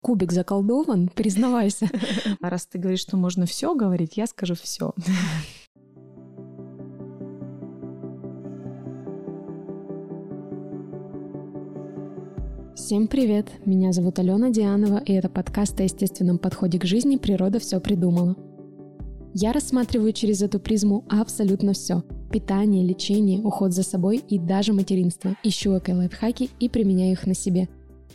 Кубик заколдован, признавайся. А раз ты говоришь, что можно все говорить, я скажу все. Всем привет! Меня зовут Алена Дианова, и это подкаст о естественном подходе к жизни «Природа все придумала». Я рассматриваю через эту призму абсолютно все: питание, лечение, уход за собой и даже материнство. Ищу эко-лайфхаки и применяю их на себе.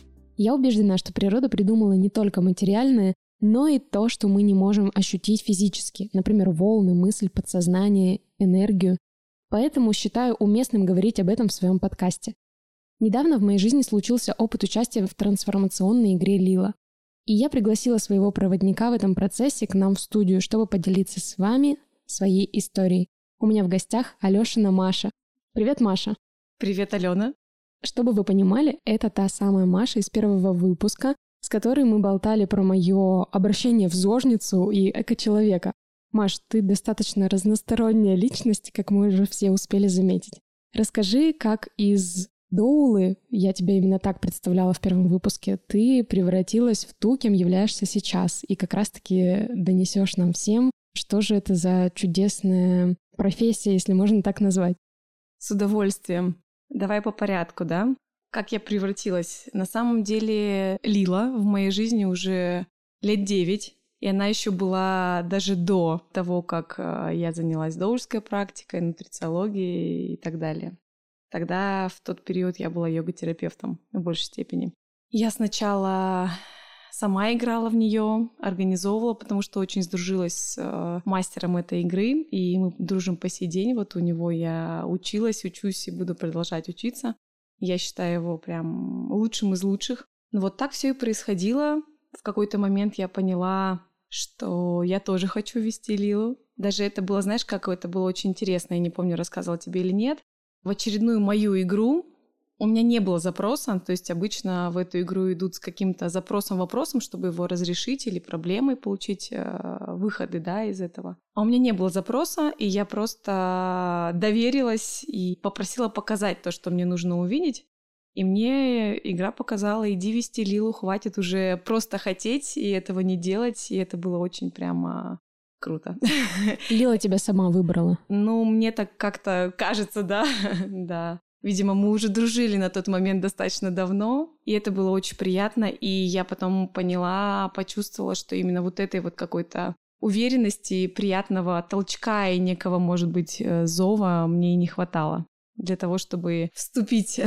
Я убеждена, что природа придумала не только материальное, но и то, что мы не можем ощутить физически, например, волны, мысль, подсознание, энергию. Поэтому считаю уместным говорить об этом в своем подкасте. Недавно в моей жизни случился опыт участия в трансформационной игре «Лила». И я пригласила своего проводника в этом процессе к нам в студию, чтобы поделиться с вами своей историей. У меня в гостях Алёшина Маша. Привет, Маша. Привет, Алена. Чтобы вы понимали, это та самая Маша из первого выпуска, с которой мы болтали про мое обращение в зожницу и эко-человека. Маш, ты достаточно разносторонняя личность, как мы уже все успели заметить. Расскажи, как из доулы, я тебя именно так представляла в первом выпуске, ты превратилась в ту, кем являешься сейчас, и как раз-таки донесешь нам всем, что же это за чудесная профессия, если можно так назвать. С удовольствием. Давай по порядку, да? Как я превратилась? На самом деле Лила в моей жизни уже лет 9, и она еще была даже до того, как я занялась доульской практикой, нутрициологией и так далее. Тогда в тот период я была йога-терапевтом в большей степени. Я сначала сама играла в нее, организовывала, потому что очень сдружилась с мастером этой игры, и мы дружим по сей день. Вот у него я училась, учусь и буду продолжать учиться. Я считаю его прям лучшим из лучших. Но вот так все и происходило. В какой-то момент я поняла, что я тоже хочу вести Лилу. Даже это было, знаешь, как это было очень интересно. Я не помню, рассказывала тебе или нет. В очередную мою игру у меня не было запроса, то есть обычно в эту игру идут с каким-то запросом-вопросом, чтобы его разрешить или проблемой получить выходы, да, из этого. А у меня не было запроса, и я просто доверилась и попросила показать то, что мне нужно увидеть. И мне игра показала: иди вести Лилу, хватит уже просто хотеть и этого не делать, и это было очень прямо круто. Лила тебя сама выбрала. Ну, мне так как-то кажется, да, да. Видимо, мы уже дружили на тот момент достаточно давно, и это было очень приятно, и я потом поняла, почувствовала, что именно вот этой вот какой-то уверенности, приятного толчка и некого, может быть, зова мне и не хватало для того, чтобы вступить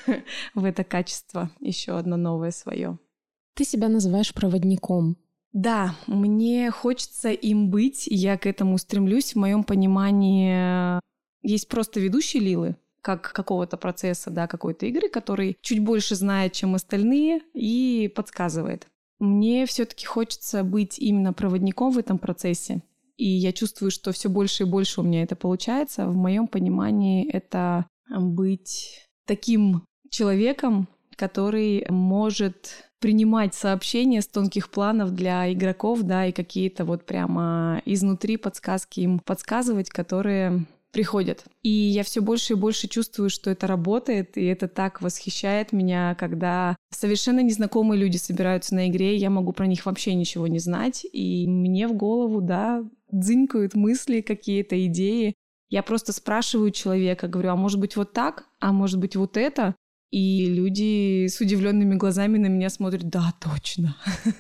в это качество, еще одно новое свое. Ты себя называешь проводником. Да, мне хочется им быть, и я к этому стремлюсь. В моем понимании есть просто ведущий Лилы, как какого-то процесса, да, какой-то игры, который чуть больше знает, чем остальные, и подсказывает. Мне все-таки хочется быть именно проводником в этом процессе, и я чувствую, что все больше и больше у меня это получается. В моем понимании это быть таким человеком, который может принимать сообщения с тонких планов для игроков, да, и какие-то вот прямо изнутри подсказки им подсказывать, которые приходят. И я все больше и больше чувствую, что это работает, и это так восхищает меня, когда совершенно незнакомые люди собираются на игре, я могу про них вообще ничего не знать, и мне в голову, да, дзынькают мысли, какие-то идеи. Я просто спрашиваю человека, говорю: а может быть вот так, а может быть вот это? И люди с удивленными глазами на меня смотрят: да, точно.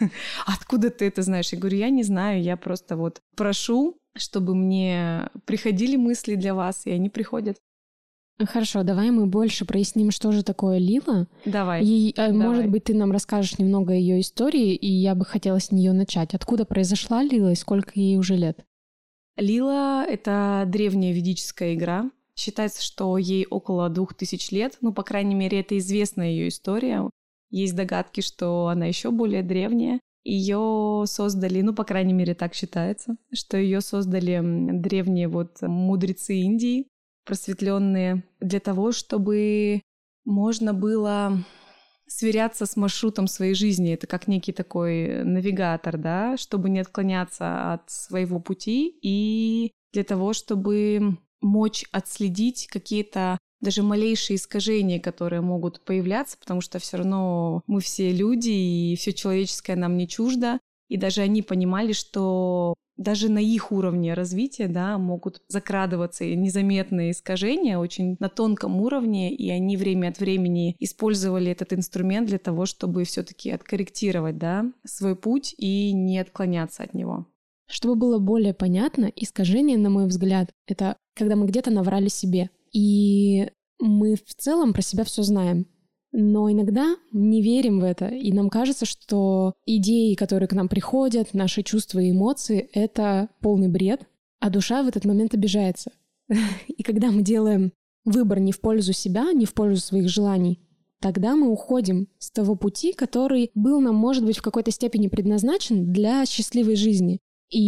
Откуда ты это знаешь? Я говорю: я не знаю, я просто вот прошу, чтобы мне приходили мысли для вас, и они приходят. Хорошо, давай мы больше проясним, что же такое Лила. Давай. Может быть, ты нам расскажешь немного ее истории, и я бы хотела с нее начать. Откуда произошла Лила и сколько ей уже лет? Лила — это древняя ведическая игра. Считается, что ей около 2000 лет, ну, по крайней мере, это известная ее история. Есть догадки, что она еще более древняя. Ее создали, ну, по крайней мере, так считается, что ее создали древние вот мудрецы Индии, просветленные, для того, чтобы можно было сверяться с маршрутом своей жизни. Это как некий такой навигатор, да, чтобы не отклоняться от своего пути, и для того, чтобы мочь отследить какие-то даже малейшие искажения, которые могут появляться, потому что все равно мы все люди, и все человеческое нам не чуждо. И даже они понимали, что даже на их уровне развития, да, могут закрадываться незаметные искажения очень на тонком уровне, и они время от времени использовали этот инструмент для того, чтобы все-таки откорректировать, да, свой путь и не отклоняться от него. Чтобы было более понятно, искажение, на мой взгляд, это когда мы где-то наврали себе. И мы в целом про себя все знаем. Но иногда не верим в это, и нам кажется, что идеи, которые к нам приходят, наши чувства и эмоции — это полный бред, а душа в этот момент обижается. И когда мы делаем выбор не в пользу себя, не в пользу своих желаний, тогда мы уходим с того пути, который был нам, может быть, в какой-то степени предназначен для счастливой жизни.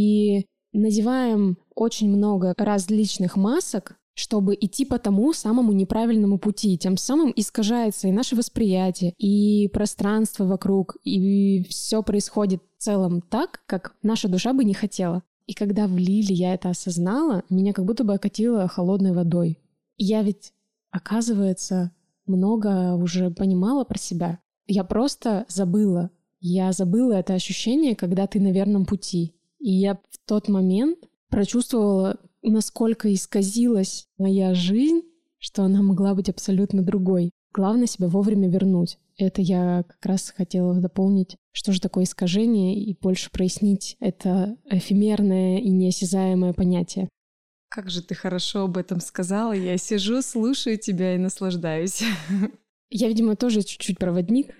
И надеваем очень много различных масок, чтобы идти по тому самому неправильному пути. Тем самым искажается и наше восприятие, и пространство вокруг, и все происходит в целом так, как наша душа бы не хотела. И когда в Лиле я это осознала, меня как будто бы окатило холодной водой. Я ведь, оказывается, много уже понимала про себя. Я просто забыла. Я забыла это ощущение, когда ты на верном пути. И я в тот момент прочувствовала, насколько исказилась моя жизнь, что она могла быть абсолютно другой. Главное себя вовремя вернуть. Это я как раз хотела дополнить, что же такое искажение, и больше прояснить это эфемерное и неосязаемое понятие. Как же ты хорошо об этом сказала. Я сижу, слушаю тебя и наслаждаюсь. Я, видимо, тоже чуть-чуть проводник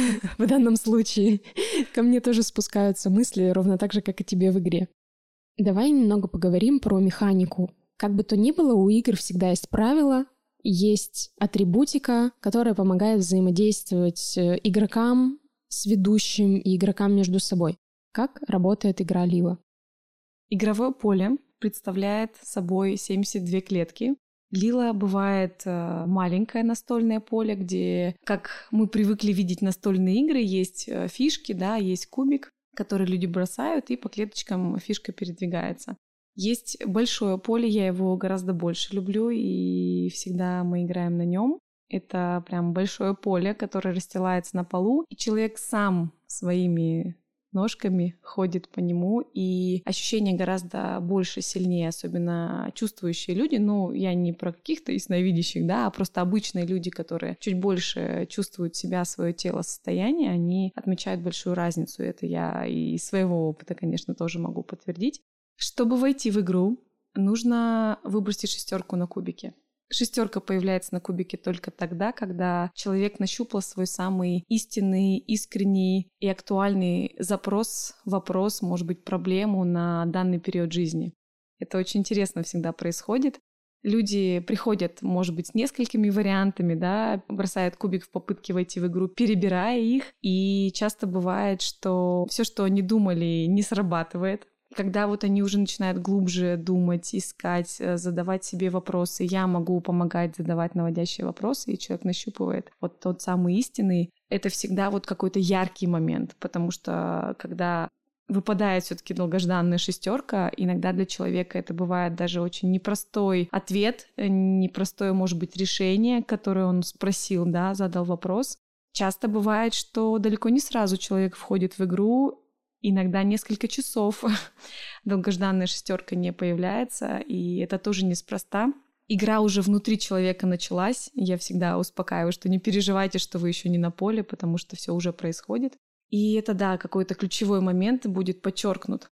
в данном случае. Ко мне тоже спускаются мысли, ровно так же, как и тебе в игре. Давай немного поговорим про механику. Как бы то ни было, у игр всегда есть правила, есть атрибутика, которая помогает взаимодействовать игрокам с ведущим и игрокам между собой. Как работает игра Лила? Игровое поле представляет собой 72 клетки. Лила бывает маленькое настольное поле, где, как мы привыкли видеть настольные игры, есть фишки, да, есть кубик, которые люди бросают, и по клеточкам фишка передвигается. Есть большое поле, я его гораздо больше люблю, и всегда мы играем на нем. Это прям большое поле, которое расстилается на полу, и человек сам своими ножками ходит по нему, и ощущения гораздо больше, сильнее, особенно чувствующие люди. Ну, я не про каких-то ясновидящих, да, а просто обычные люди, которые чуть больше чувствуют себя, свое тело, состояние, они отмечают большую разницу. Это я и из своего опыта, конечно, тоже могу подтвердить. Чтобы войти в игру, нужно выбросить шестерку на кубике. Шестерка появляется на кубике только тогда, когда человек нащупал свой самый истинный, искренний и актуальный запрос, вопрос, может быть, проблему на данный период жизни. Это очень интересно всегда происходит. Люди приходят, может быть, с несколькими вариантами, да, бросают кубик в попытке войти в игру, перебирая их, и часто бывает, что все, что они думали, не срабатывает. Когда вот они уже начинают глубже думать, искать, задавать себе вопросы, я могу помогать задавать наводящие вопросы, и человек нащупывает вот тот самый истинный. Это всегда вот какой-то яркий момент, потому что когда выпадает все-таки долгожданная шестерка, иногда для человека это бывает даже очень непростой ответ, непростое, может быть, решение, которое он спросил, да, задал вопрос. Часто бывает, что далеко не сразу человек входит в игру. Иногда несколько часов долгожданная шестерка не появляется, и это тоже неспроста. Игра уже внутри человека началась. Я всегда успокаиваю, что не переживайте, что вы еще не на поле, потому что все уже происходит. И это, да, какой-то ключевой момент будет подчеркнут.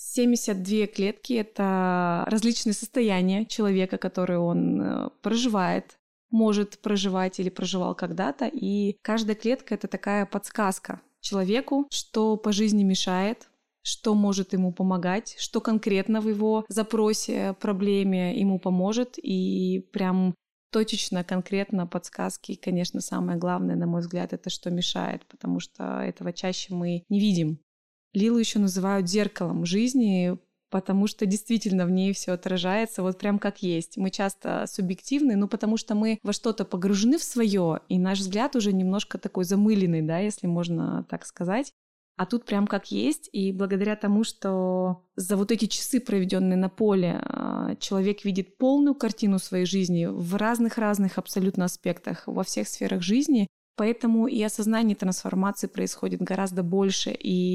72 клетки — это различные состояния человека, которые он проживает, может проживать или проживал когда-то, и каждая клетка — это такая подсказка человеку, что по жизни мешает, что может ему помогать, что конкретно в его запросе, проблеме ему поможет, и прям точечно, конкретно подсказки. Конечно, самое главное, на мой взгляд, это что мешает, потому что этого чаще мы не видим. Лилу еще называют зеркалом жизни, потому что действительно в ней все отражается вот прям как есть. Мы часто субъективны, ну потому что мы во что-то погружены в свое, и наш взгляд уже немножко такой замыленный, да, если можно так сказать. А тут прям как есть, и благодаря тому, что за вот эти часы, проведенные на поле, человек видит полную картину своей жизни в разных-разных абсолютно аспектах, во всех сферах жизни, поэтому и осознание трансформации происходит гораздо больше,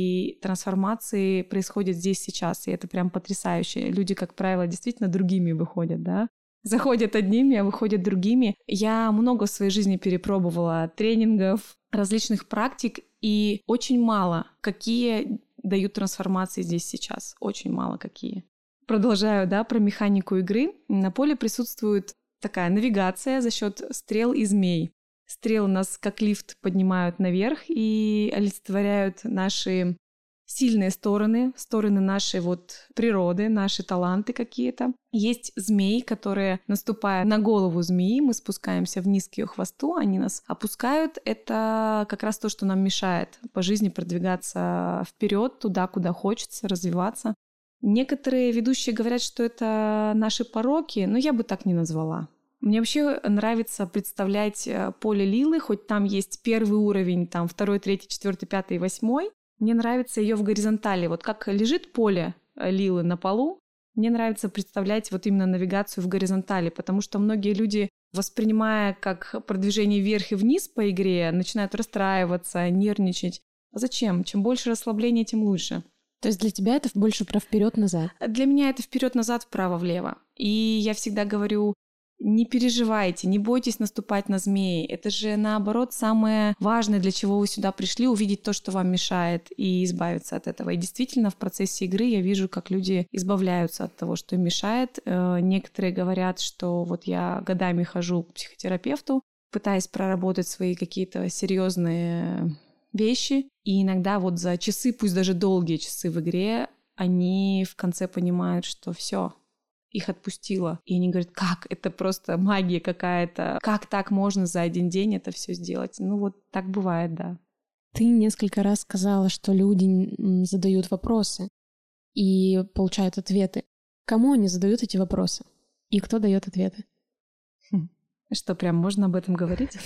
и трансформации происходят здесь сейчас, и это прям потрясающе. Люди, как правило, действительно другими выходят, да? Заходят одними, а выходят другими. Я много в своей жизни перепробовала тренингов, различных практик, и очень мало какие дают трансформации здесь сейчас. Очень мало какие. Продолжаю, да, про механику игры. На поле присутствует такая навигация за счет стрел и змей. Стрелы нас как лифт поднимают наверх и олицетворяют наши сильные стороны, стороны нашей вот природы, наши таланты какие-то. Есть змеи, которые, наступая на голову змеи, мы спускаемся вниз к ее хвосту, они нас опускают. Это как раз то, что нам мешает по жизни продвигаться вперед, туда, куда хочется, развиваться. Некоторые ведущие говорят, что это наши пороки, но я бы так не назвала. Мне вообще нравится представлять поле Лилы, хоть там есть первый уровень, там 2, 3, 4, 5 и 8. Мне нравится ее в горизонтали. Вот как лежит поле Лилы на полу, мне нравится представлять вот именно навигацию в горизонтали, потому что многие люди, воспринимая как продвижение вверх и вниз по игре, начинают расстраиваться, нервничать. А зачем? Чем больше расслабления, тем лучше. То есть для тебя это больше про вперед-назад? Для меня это вперед-назад, вправо-влево. И я всегда говорю: не переживайте, не бойтесь наступать на змеи. Это же, наоборот, самое важное, для чего вы сюда пришли, увидеть то, что вам мешает, и избавиться от этого. И действительно, в процессе игры я вижу, как люди избавляются от того, что им мешает. Некоторые говорят, что вот я годами хожу к психотерапевту, пытаясь проработать свои какие-то серьезные вещи. И иногда вот за часы, пусть даже долгие часы в игре, они в конце понимают, что все, их отпустило. И они говорят: как? Это просто магия какая-то. Как так можно за один день это все сделать? Ну вот так бывает, да. Ты несколько раз сказала, что люди задают вопросы и получают ответы. Кому они задают эти вопросы? И кто дает ответы? Что, прям можно об этом говорить?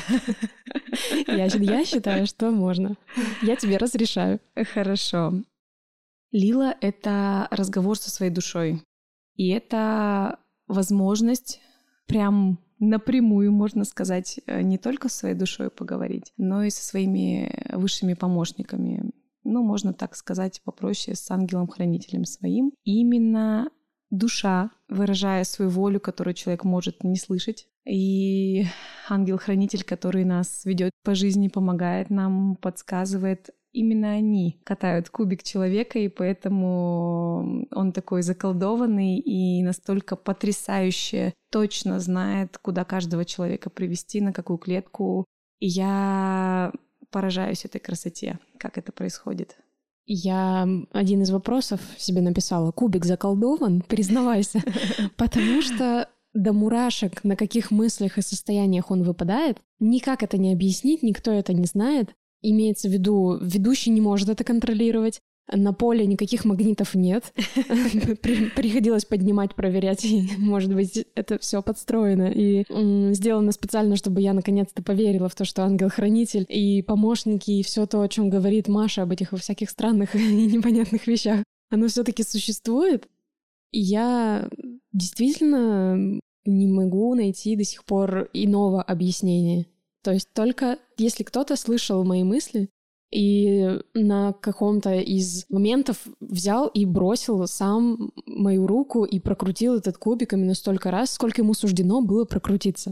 Я считаю, что можно. Я тебе разрешаю. Хорошо. Лила — это разговор со своей душой. И это возможность прям напрямую, можно сказать, не только со своей душой поговорить, но и со своими высшими помощниками. Ну, можно так сказать попроще, с ангелом-хранителем своим. И именно душа, выражая свою волю, которую человек может не слышать, и ангел-хранитель, который нас ведет по жизни, помогает нам, подсказывает, именно они катают кубик человека, и поэтому он такой заколдованный и настолько потрясающе точно знает, куда каждого человека привести, на какую клетку. И я поражаюсь этой красоте, как это происходит. Я один из вопросов себе написала: кубик заколдован, признавайся. Потому что до мурашек, на каких мыслях и состояниях он выпадает, никак это не объяснить, никто это не знает. Имеется в виду, ведущий не может это контролировать, на поле никаких магнитов нет. Приходилось поднимать, проверять, и, может быть, это все подстроено и сделано специально, чтобы я наконец-то поверила в то, что ангел-хранитель и помощники, и все то, о чем говорит Маша, об этих всяких странных и непонятных вещах, оно все-таки существует. И я действительно не могу найти до сих пор иного объяснения. То есть только если кто-то слышал мои мысли и на каком-то из моментов взял и бросил сам мою руку и прокрутил этот кубик именно столько раз, сколько ему суждено было прокрутиться.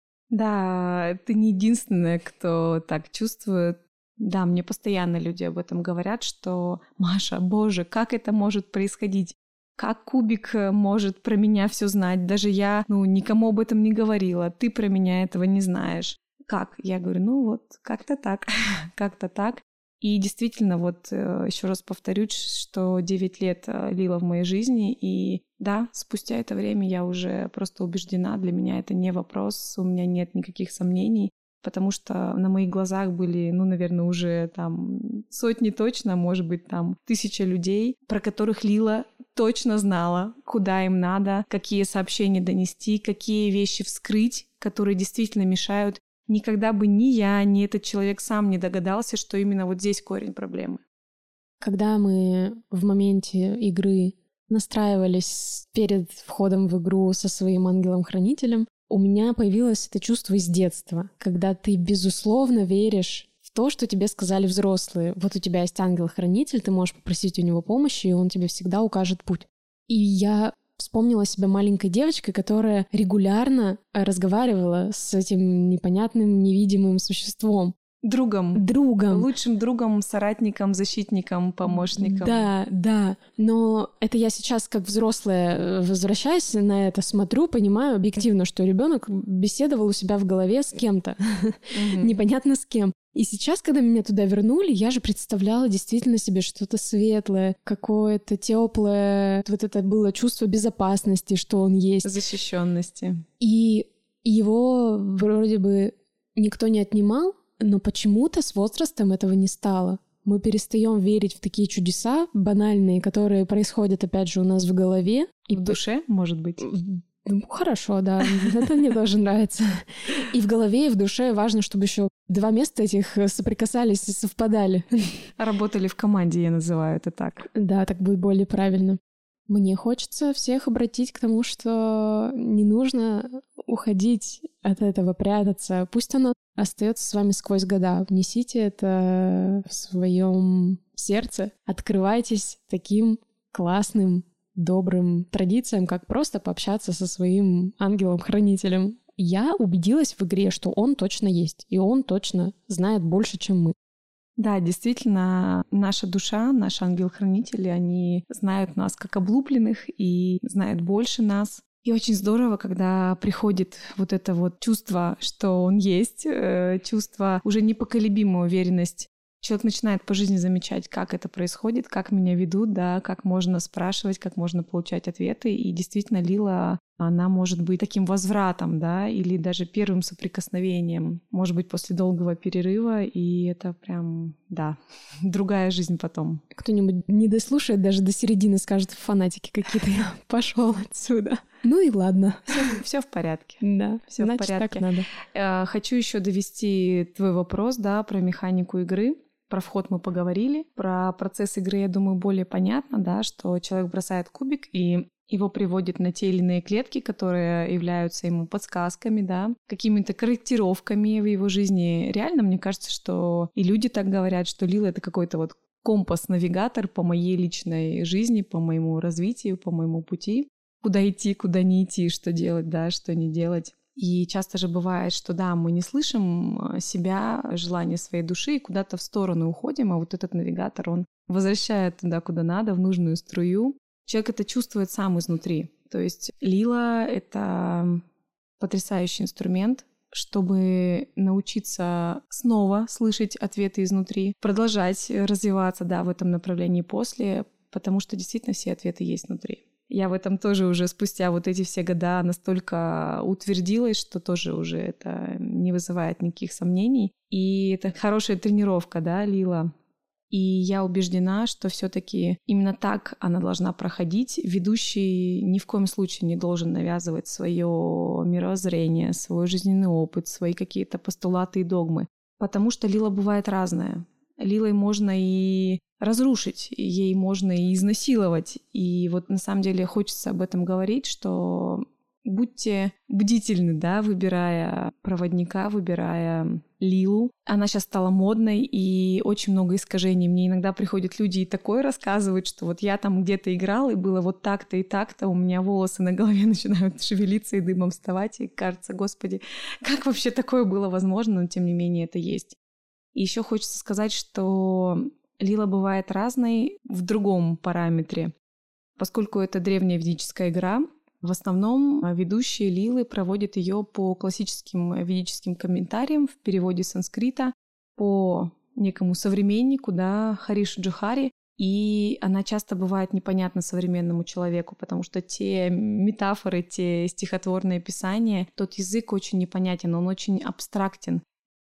Да, ты не единственная, кто так чувствует. Да, мне постоянно люди об этом говорят, что: Маша, боже, как это может происходить? Как кубик может про меня все знать? Даже я, никому об этом не говорила, ты про меня этого не знаешь. Как? Я говорю, как-то так, как-то так. И действительно, еще раз повторюсь, что 9 лет Лила в моей жизни, и да, спустя это время я уже просто убеждена, для меня это не вопрос, у меня нет никаких сомнений, потому что на моих глазах были, наверное, уже там сотни точно, может быть, там 1000 людей, про которых Лила точно знала, куда им надо, какие сообщения донести, какие вещи вскрыть, которые действительно мешают. Никогда бы ни я, ни этот человек сам не догадался, что именно вот здесь корень проблемы. Когда мы в моменте игры настраивались перед входом в игру со своим ангелом-хранителем, у меня появилось это чувство из детства, когда ты, безусловно, веришь в то, что тебе сказали взрослые. Вот у тебя есть ангел-хранитель, ты можешь попросить у него помощи, и он тебе всегда укажет путь. И я вспомнила себя маленькой девочкой, которая регулярно разговаривала с этим непонятным, невидимым существом. Другом. Другом. Лучшим другом, соратником, защитником, помощником. Да. Но это я сейчас как взрослая, возвращаясь на это, смотрю, понимаю объективно, что ребенок беседовал у себя в голове с кем-то. Непонятно с кем. И сейчас, когда меня туда вернули, я же представляла действительно себе что-то светлое, какое-то теплое. Вот это было чувство безопасности, что он есть. Защищенности. И его вроде бы никто не отнимал, но почему-то с возрастом этого не стало. Мы перестаем верить в такие чудеса банальные, которые происходят, опять же, у нас в голове. И в душе, может быть? Хорошо, да. Это мне тоже нравится. И в голове, и в душе важно, чтобы еще два места этих соприкасались и совпадали. Работали в команде, я называю это так. Да, так будет более правильно. Мне хочется всех обратить к тому, что не нужно уходить от этого, прятаться. Пусть оно остается с вами сквозь года. Внесите это в своем сердце. Открывайтесь таким классным, добрым традициям, как просто пообщаться со своим ангелом-хранителем. Я убедилась в игре, что он точно есть, и он точно знает больше, чем мы. Да, действительно, наша душа, наш ангел-хранители, они знают нас как облупленных и знают больше нас. И очень здорово, когда приходит вот это вот чувство, что он есть, чувство уже непоколебимой уверенности. Человек начинает по жизни замечать, как это происходит, как меня ведут, да, как можно спрашивать, как можно получать ответы. И действительно, Лила, она может быть таким возвратом, да, или даже первым соприкосновением, может быть, после долгого перерыва, и это прям, да, другая жизнь потом. Кто-нибудь не дослушает даже до середины, скажет, фанатики какие-то, я пошел отсюда. Ну и ладно. Все в порядке. Да, все в порядке. Так надо. Хочу еще довести твой вопрос, да, про механику игры. Про вход мы поговорили, про процесс игры, я думаю, более понятно, да, что человек бросает кубик и его приводит на те или иные клетки, которые являются ему подсказками, да, какими-то корректировками в его жизни. Реально, мне кажется, что и люди так говорят, что Лила — это какой-то вот компас-навигатор по моей личной жизни, по моему развитию, по моему пути, куда идти, куда не идти, что делать, да, что не делать. И часто же бывает, что да, мы не слышим себя, желание своей души, и куда-то в сторону уходим, а вот этот навигатор, он возвращает туда, куда надо, в нужную струю. Человек это чувствует сам изнутри. То есть Лила — это потрясающий инструмент, чтобы научиться снова слышать ответы изнутри, продолжать развиваться, да, в этом направлении после, потому что действительно все ответы есть внутри. Я в этом тоже уже спустя вот эти все года настолько утвердилась, что тоже уже это не вызывает никаких сомнений. И это хорошая тренировка, да, Лила. И я убеждена, что все-таки именно так она должна проходить. Ведущий ни в коем случае не должен навязывать свое мировоззрение, свой жизненный опыт, свои какие-то постулаты и догмы. Потому что Лила бывает разная. Лилой можно и разрушить, ей можно и изнасиловать. И вот на самом деле хочется об этом говорить, что будьте бдительны, да, выбирая проводника, выбирая Лилу. Она сейчас стала модной, и очень много искажений. Мне иногда приходят люди и такое рассказывают, что вот я там где-то играл, и было вот так-то и так-то, у меня волосы на голове начинают шевелиться и дымом вставать, и кажется, господи, как вообще такое было возможно, но тем не менее это есть. И еще хочется сказать, что Лила бывает разной в другом параметре. Поскольку это древняя ведическая игра, в основном ведущие Лилы проводят ее по классическим ведическим комментариям в переводе с санскрита, по некому современнику, да, Хариш Джохари, и она часто бывает непонятна современному человеку, потому что те метафоры, те стихотворные описания, тот язык очень непонятен, он очень абстрактен.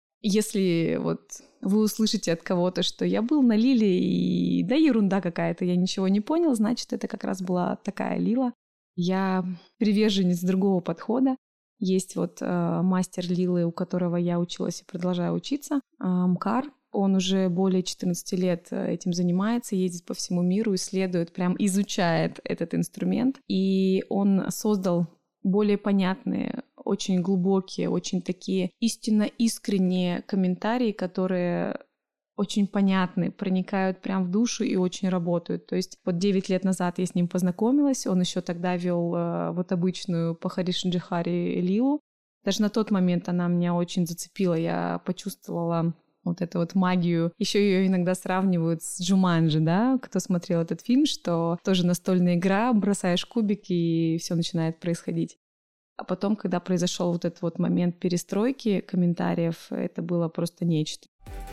Если вот вы услышите от кого-то, что я был на Лиле, и да ерунда какая-то, я ничего не понял, значит, это как раз была такая Лила. Я приверженец другого подхода. Есть вот мастер Лилы, у которого я училась и продолжаю учиться, Мкар. Он уже более 14 лет этим занимается, ездит по всему миру, исследует, прям изучает этот инструмент. И он создал более понятные, очень глубокие, очень такие истинно искренние комментарии, которые очень понятны, проникают прям в душу и очень работают. То есть вот 9 лет назад я с ним познакомилась, он еще тогда вел вот обычную по Хариш Джихари лилу. Даже на тот момент она меня очень зацепила, я почувствовала вот эту вот магию. Еще ее иногда сравнивают с Джуманджи, да, кто смотрел этот фильм, что тоже настольная игра, бросаешь кубики и все начинает происходить. А потом, когда произошел вот этот вот момент перестройки комментариев, это было просто нечто.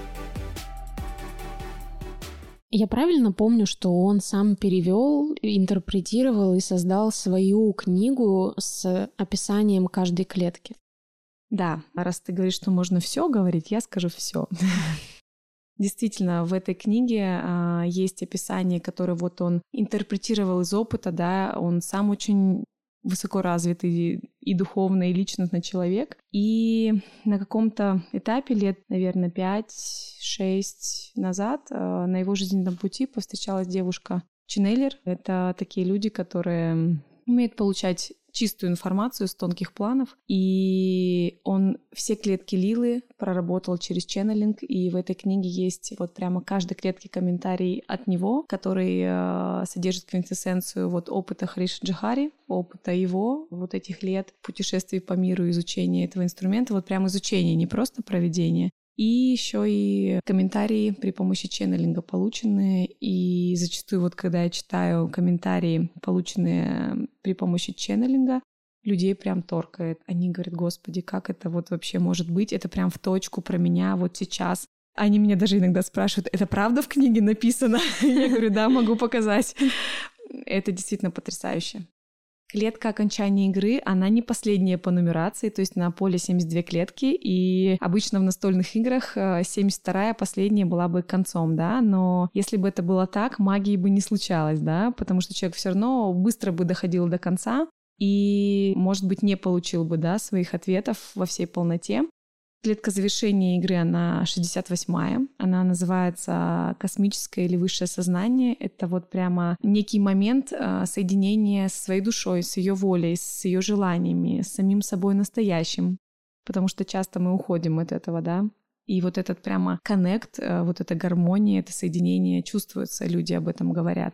Я правильно помню, что он сам перевел, интерпретировал и создал свою книгу с описанием каждой клетки? Да, раз ты говоришь, что можно все говорить, я скажу все. Действительно, в этой книге есть описание, которое вот он интерпретировал из опыта, да, он сам очень высокоразвитый и духовно, и личностно человек. И на каком-то этапе лет, наверное, 5-6 назад на его жизненном пути повстречалась девушка ченнелер. Это такие люди, которые умеют получать чистую информацию с тонких планов, и он все клетки лилы проработал через ченнелинг, и в этой книге есть вот прямо каждой клетке комментарий от него, который содержит квинтэссенцию вот опыта Хариш Джихари, опыта его вот этих лет путешествий по миру, изучения этого инструмента, вот прям изучение, не просто проведение. И еще и комментарии при помощи ченнелинга полученные. И зачастую вот когда я читаю комментарии, полученные при помощи ченнелинга, людей прям торкает. Они говорят: Господи, как это вот вообще может быть? Это прям в точку про меня вот сейчас. Они меня даже иногда спрашивают: это правда в книге написано? Я говорю: да, могу показать. Это действительно потрясающе. Клетка окончания игры, она не последняя по нумерации, то есть на поле 72 клетки, и обычно в настольных играх 72-я последняя была бы концом, да, но если бы это было так, магии бы не случалось, да, потому что человек все равно быстро бы доходил до конца и, может быть, не получил бы, да, своих ответов во всей полноте. Клетка завершения игры, она 68-я. Она называется «Космическое или высшее сознание». Это вот прямо некий момент соединения со своей душой, с ее волей, с ее желаниями, с самим собой настоящим. Потому что часто мы уходим от этого, да. И вот этот прямо коннект, вот эта гармония, это соединение чувствуется, люди об этом говорят.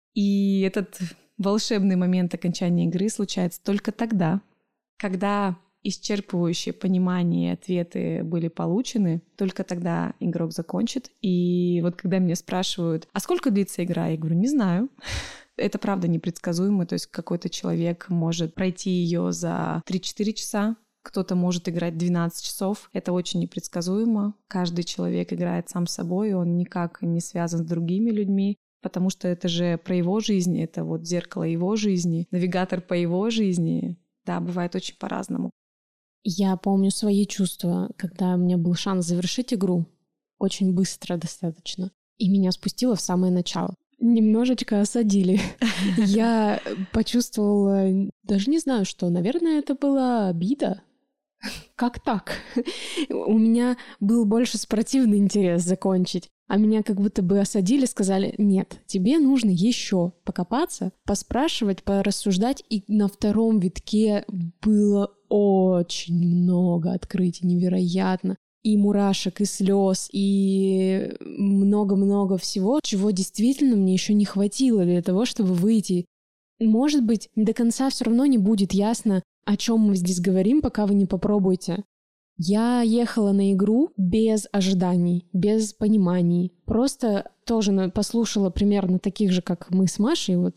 И этот волшебный момент окончания игры случается только тогда, когда исчерпывающие понимания и ответы были получены, только тогда игрок закончит. И вот когда меня спрашивают: а сколько длится игра? Я говорю: не знаю. Это правда непредсказуемо, то есть какой-то человек может пройти ее за 3-4 часа, кто-то может играть 12 часов. Это очень непредсказуемо. Каждый человек играет сам собой, он никак не связан с другими людьми, потому что это же про его жизнь, это вот зеркало его жизни, навигатор по его жизни. Да, бывает очень по-разному. Я помню свои чувства, когда у меня был шанс завершить игру, очень быстро достаточно, и меня спустило в самое начало. Немножечко осадили. Я почувствовала, даже не знаю что, наверное, это была обида. Как так? У меня был больше спортивный интерес закончить, а меня как будто бы осадили, сказали: нет, тебе нужно еще покопаться, поспрашивать, порассуждать. И на втором витке было очень много открытий, невероятно. И мурашек, и слез, и много-много всего, чего действительно мне еще не хватило для того, чтобы выйти. Может быть, до конца все равно не будет ясно, о чем мы здесь говорим, пока вы не попробуете. Я ехала на игру без ожиданий, без пониманий. Просто тоже послушала примерно таких же, как мы с Машей, вот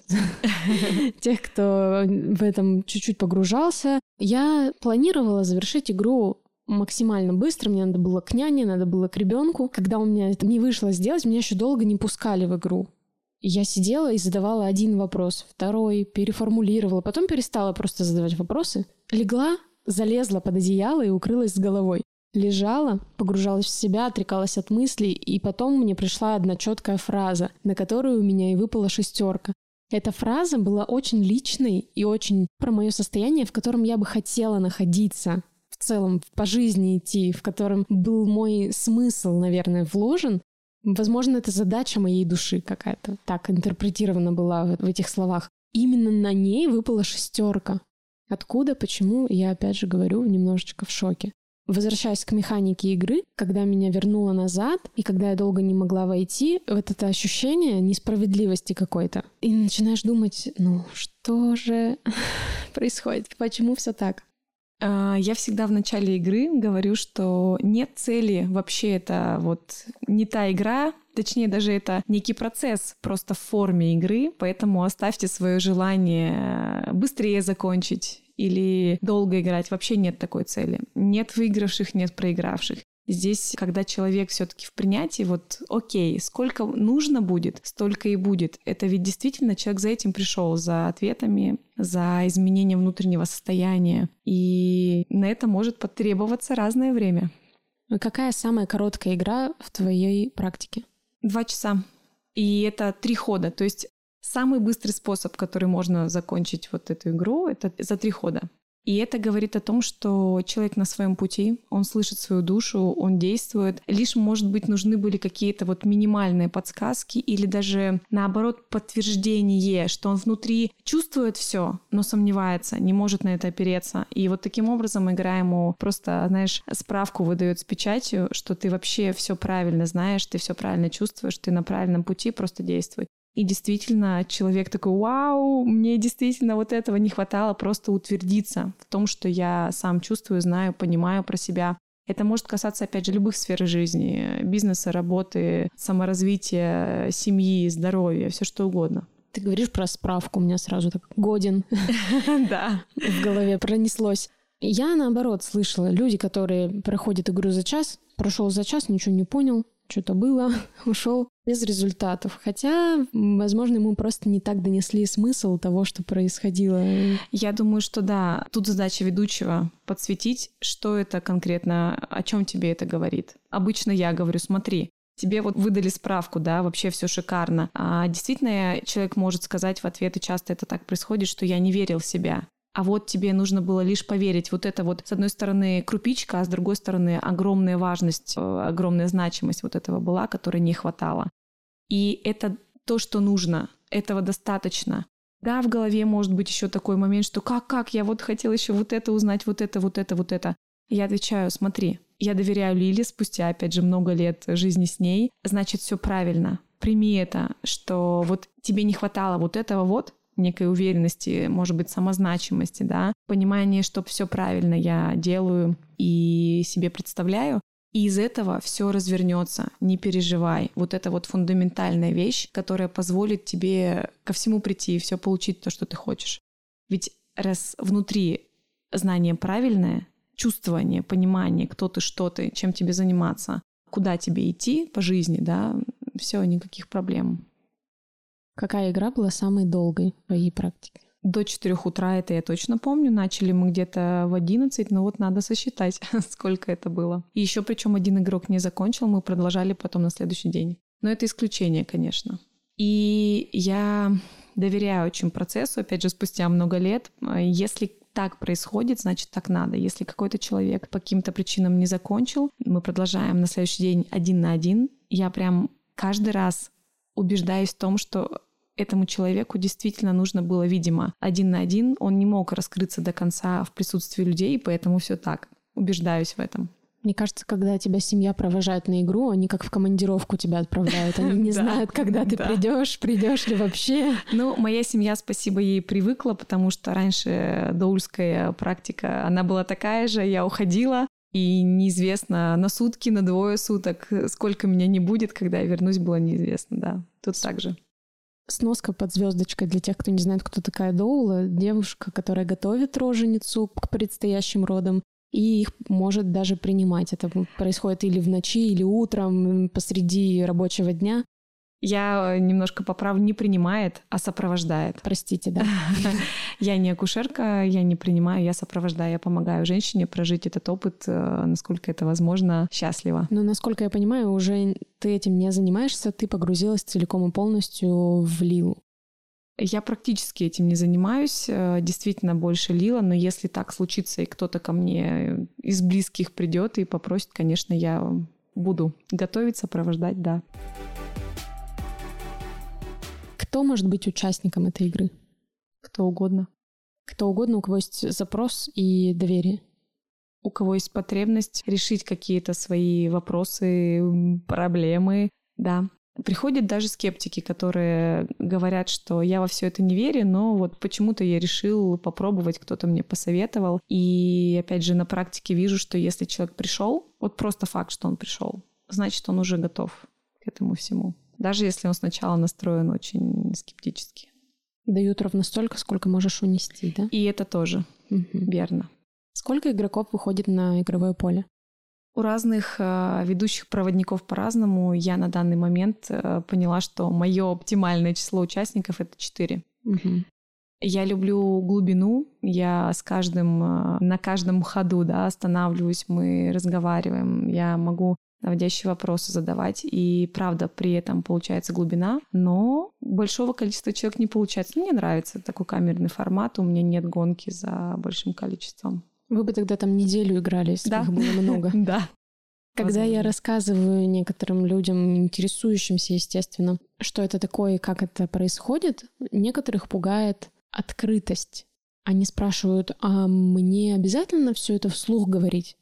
тех, кто в этом чуть-чуть погружался. Я планировала завершить игру максимально быстро. Мне надо было к няне, надо было к ребенку. Когда у меня это не вышло сделать, меня еще долго не пускали в игру. Я сидела и задавала один вопрос, второй, переформулировала, потом перестала просто задавать вопросы. Легла, залезла под одеяло и укрылась с головой. Лежала, погружалась в себя, отрекалась от мыслей, и потом мне пришла одна четкая фраза, на которую у меня и выпала 6. Эта фраза была очень личной и очень про мое состояние, в котором я бы хотела находиться. В целом по жизни идти, в котором был мой смысл, наверное, вложен, возможно, это задача моей души какая-то, так интерпретирована была в этих словах. Именно на ней выпала 6. Откуда, почему, я опять же говорю, немножечко в шоке. Возвращаясь к механике игры, когда меня вернуло назад, и когда я долго не могла войти, вот это ощущение несправедливости какой-то. И начинаешь думать, что же происходит, почему все так? Я всегда в начале игры говорю, что нет цели, вообще это вот не та игра, точнее даже это некий процесс просто в форме игры, поэтому оставьте свое желание быстрее закончить или долго играть, вообще нет такой цели. Нет выигравших, нет проигравших. Здесь, когда человек все-таки в принятии, вот окей, сколько нужно будет, столько и будет. Это ведь действительно человек за этим пришел, за ответами, за изменением внутреннего состояния. И на это может потребоваться разное время. Какая самая короткая игра в твоей практике? 2 часа. И это 3 хода. То есть самый быстрый способ, который можно закончить вот эту игру, это за 3 хода. И это говорит о том, что человек на своем пути, он слышит свою душу, он действует. Лишь, может быть, нужны были какие-то вот минимальные подсказки или даже, наоборот, подтверждение, что он внутри чувствует все, но сомневается, не может на это опереться. И вот таким образом игра ему просто, знаешь, справку выдает с печатью, что ты вообще все правильно знаешь, ты все правильно чувствуешь, ты на правильном пути, просто действуй. И действительно, человек такой, вау, мне действительно вот этого не хватало, просто утвердиться в том, что я сам чувствую, знаю, понимаю про себя. Это может касаться, опять же, любых сфер жизни, бизнеса, работы, саморазвития, семьи, здоровья, все что угодно. Ты говоришь про справку, у меня сразу так годен в голове пронеслось. Я, наоборот, слышала, люди, которые проходят игру за час, прошел за час, ничего не понял, что-то было, ушел без результатов. Хотя, возможно, ему просто не так донесли смысл того, что происходило. Я думаю, что да, тут задача ведущего подсветить, что это конкретно, о чем тебе это говорит. Обычно я говорю, смотри, тебе вот выдали справку, да, вообще все шикарно. А действительно, человек может сказать в ответ, и часто это так происходит, что я не верил в себя. А вот тебе нужно было лишь поверить. Вот это вот, с одной стороны, крупичка, а с другой стороны, огромная важность, огромная значимость вот этого была, которой не хватало. И это то, что нужно. Этого достаточно. Да, в голове может быть еще такой момент, что как, я вот хотела еще вот это узнать, вот это. Я отвечаю, смотри, я доверяю Лиле спустя, опять же, много лет жизни с ней. Значит, все правильно. Прими это, что вот тебе не хватало вот этого вот, некой уверенности, может быть, самозначимости, да, понимание, что все правильно я делаю и себе представляю, и из этого все развернется, не переживай. Вот это вот фундаментальная вещь, которая позволит тебе ко всему прийти и все получить то, что ты хочешь. Ведь раз внутри знание правильное, чувствование, понимание, кто ты, что ты, чем тебе заниматься, куда тебе идти по жизни, да, все, никаких проблем. Какая игра была самой долгой в твоей практике? До 4 утра, это я точно помню. Начали мы где-то в 11, но вот надо сосчитать, сколько это было. И еще причем один игрок не закончил, мы продолжали потом на следующий день. Но это исключение, конечно. И я доверяю очень процессу, опять же, спустя много лет. Если так происходит, значит, так надо. Если какой-то человек по каким-то причинам не закончил, мы продолжаем на следующий день 1 на 1. Я прям каждый раз убеждаюсь в том, что этому человеку действительно нужно было, видимо, 1 на 1. Он не мог раскрыться до конца в присутствии людей, поэтому все так. Убеждаюсь в этом. Мне кажется, когда тебя семья провожает на игру, они как в командировку тебя отправляют. Они не знают, когда ты придешь ли вообще. Ну, моя семья, спасибо ей, привыкла, потому что раньше доульская практика, она была такая же, я уходила, и неизвестно на сутки, на 2 суток, сколько меня не будет, когда я вернусь, было неизвестно, да. Тут так же. Сноска под звездочкой для тех, кто не знает, кто такая доула. Девушка, которая готовит роженицу к предстоящим родам, и их может даже принимать. Это происходит или в ночи, или утром, посреди рабочего дня. Я немножко поправлю, не принимает, а сопровождает. Простите, да. Я не акушерка, я не принимаю, я сопровождаю, я помогаю женщине прожить этот опыт, насколько это возможно, счастливо. Но, насколько я понимаю, уже ты этим не занимаешься, ты погрузилась целиком и полностью в Лилу. Я практически этим не занимаюсь, действительно больше Лила, но если так случится и кто-то ко мне из близких придет и попросит, конечно, я буду готовить, сопровождать, да. Кто может быть участником этой игры? Кто угодно. Кто угодно, у кого есть запрос и доверие. У кого есть потребность решить какие-то свои вопросы, проблемы, да. Приходят даже скептики, которые говорят, что я во все это не верю, но вот почему-то я решил попробовать, кто-то мне посоветовал. И опять же на практике вижу, что если человек пришел, вот просто факт, что он пришел, значит, он уже готов к этому всему. Даже если он сначала настроен очень скептически. Дают ровно столько, сколько можешь унести, да? И это тоже верно. Сколько игроков выходит на игровое поле? У разных ведущих проводников по-разному. Я на данный момент поняла, что мое оптимальное число участников — это 4. Я люблю глубину. Я с каждым, на каждом ходу, да, останавливаюсь, мы разговариваем. Я могу наводящие вопросы задавать. И правда, при этом получается глубина, но большого количества человек не получается. Мне нравится такой камерный формат. У меня нет гонки за большим количеством. Вы бы тогда там неделю играли, если их было много. Да. Когда я рассказываю некоторым людям, интересующимся, естественно, что это такое и как это происходит, некоторых пугает открытость. Они спрашивают, а мне обязательно все это вслух говорить?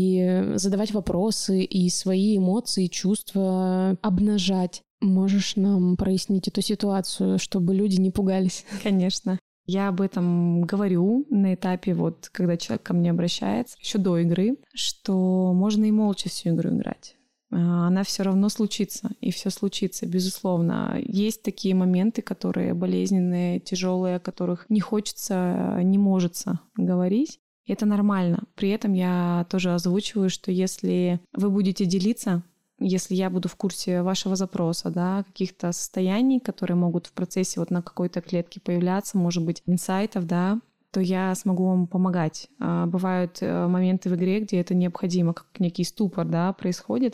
И задавать вопросы, и свои эмоции, чувства обнажать. Можешь нам прояснить эту ситуацию, чтобы люди не пугались? Конечно. Я об этом говорю на этапе, вот, когда человек ко мне обращается, еще до игры, что можно и молча всю игру играть. Она все равно случится, и все случится, безусловно. Есть такие моменты, которые болезненные, тяжелые, о которых не хочется, не может говорить. И это нормально. При этом я тоже озвучиваю, что если вы будете делиться, если я буду в курсе вашего запроса, да, каких-то состояний, которые могут в процессе вот на какой-то клетке появляться, может быть, инсайтов, да, то я смогу вам помогать. Бывают моменты в игре, где это необходимо, как некий ступор, да, происходит.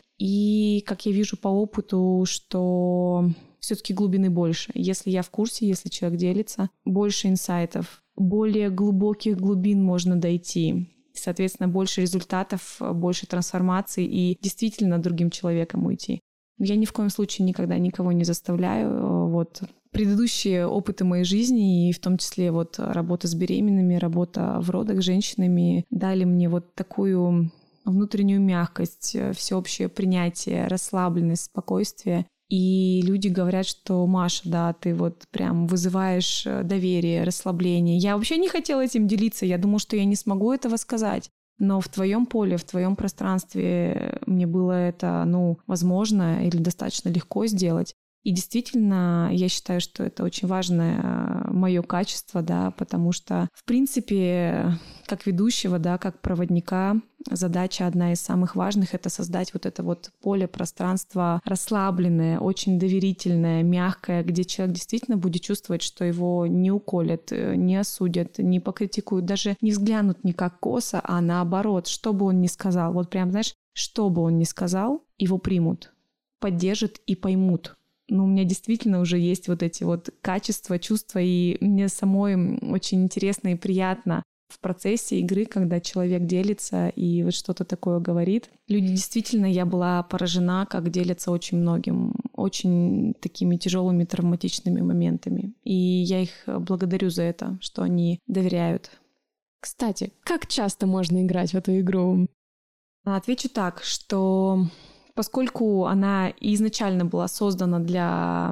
И как я вижу по опыту, что все-таки глубины больше. Если я в курсе, если человек делится, больше инсайтов, более глубоких глубин можно дойти. Соответственно, больше результатов, больше трансформаций и действительно другим человеком уйти. Я ни в коем случае никогда никого не заставляю. Вот предыдущие опыты моей жизни, и в том числе вот работа с беременными, работа в родах с женщинами, дали мне вот такую внутреннюю мягкость, всеобщее принятие, расслабленность, спокойствие. И люди говорят, что Маша, да, ты вот прям вызываешь доверие, расслабление. Я вообще не хотела этим делиться, я думала, что я не смогу этого сказать. Но в твоем поле, в твоем пространстве мне было это, возможно или достаточно легко сделать. И действительно, я считаю, что это очень важное мое качество, да, потому что, в принципе, как ведущего, да, как проводника, задача одна из самых важных — это создать вот это вот поле, пространство расслабленное, очень доверительное, мягкое, где человек действительно будет чувствовать, что его не уколят, не осудят, не покритикуют, даже не взглянут никак косо, а наоборот, что бы он ни сказал, вот прям, знаешь, что бы он ни сказал, его примут, поддержат и поймут. У меня действительно уже есть вот эти вот качества, чувства, и мне самой очень интересно и приятно в процессе игры, когда человек делится и вот что-то такое говорит. Люди действительно, я была поражена, как делятся очень многим, очень такими тяжелыми травматичными моментами. И я их благодарю за это, что они доверяют. Кстати, как часто можно играть в эту игру? Отвечу так, что поскольку она изначально была создана для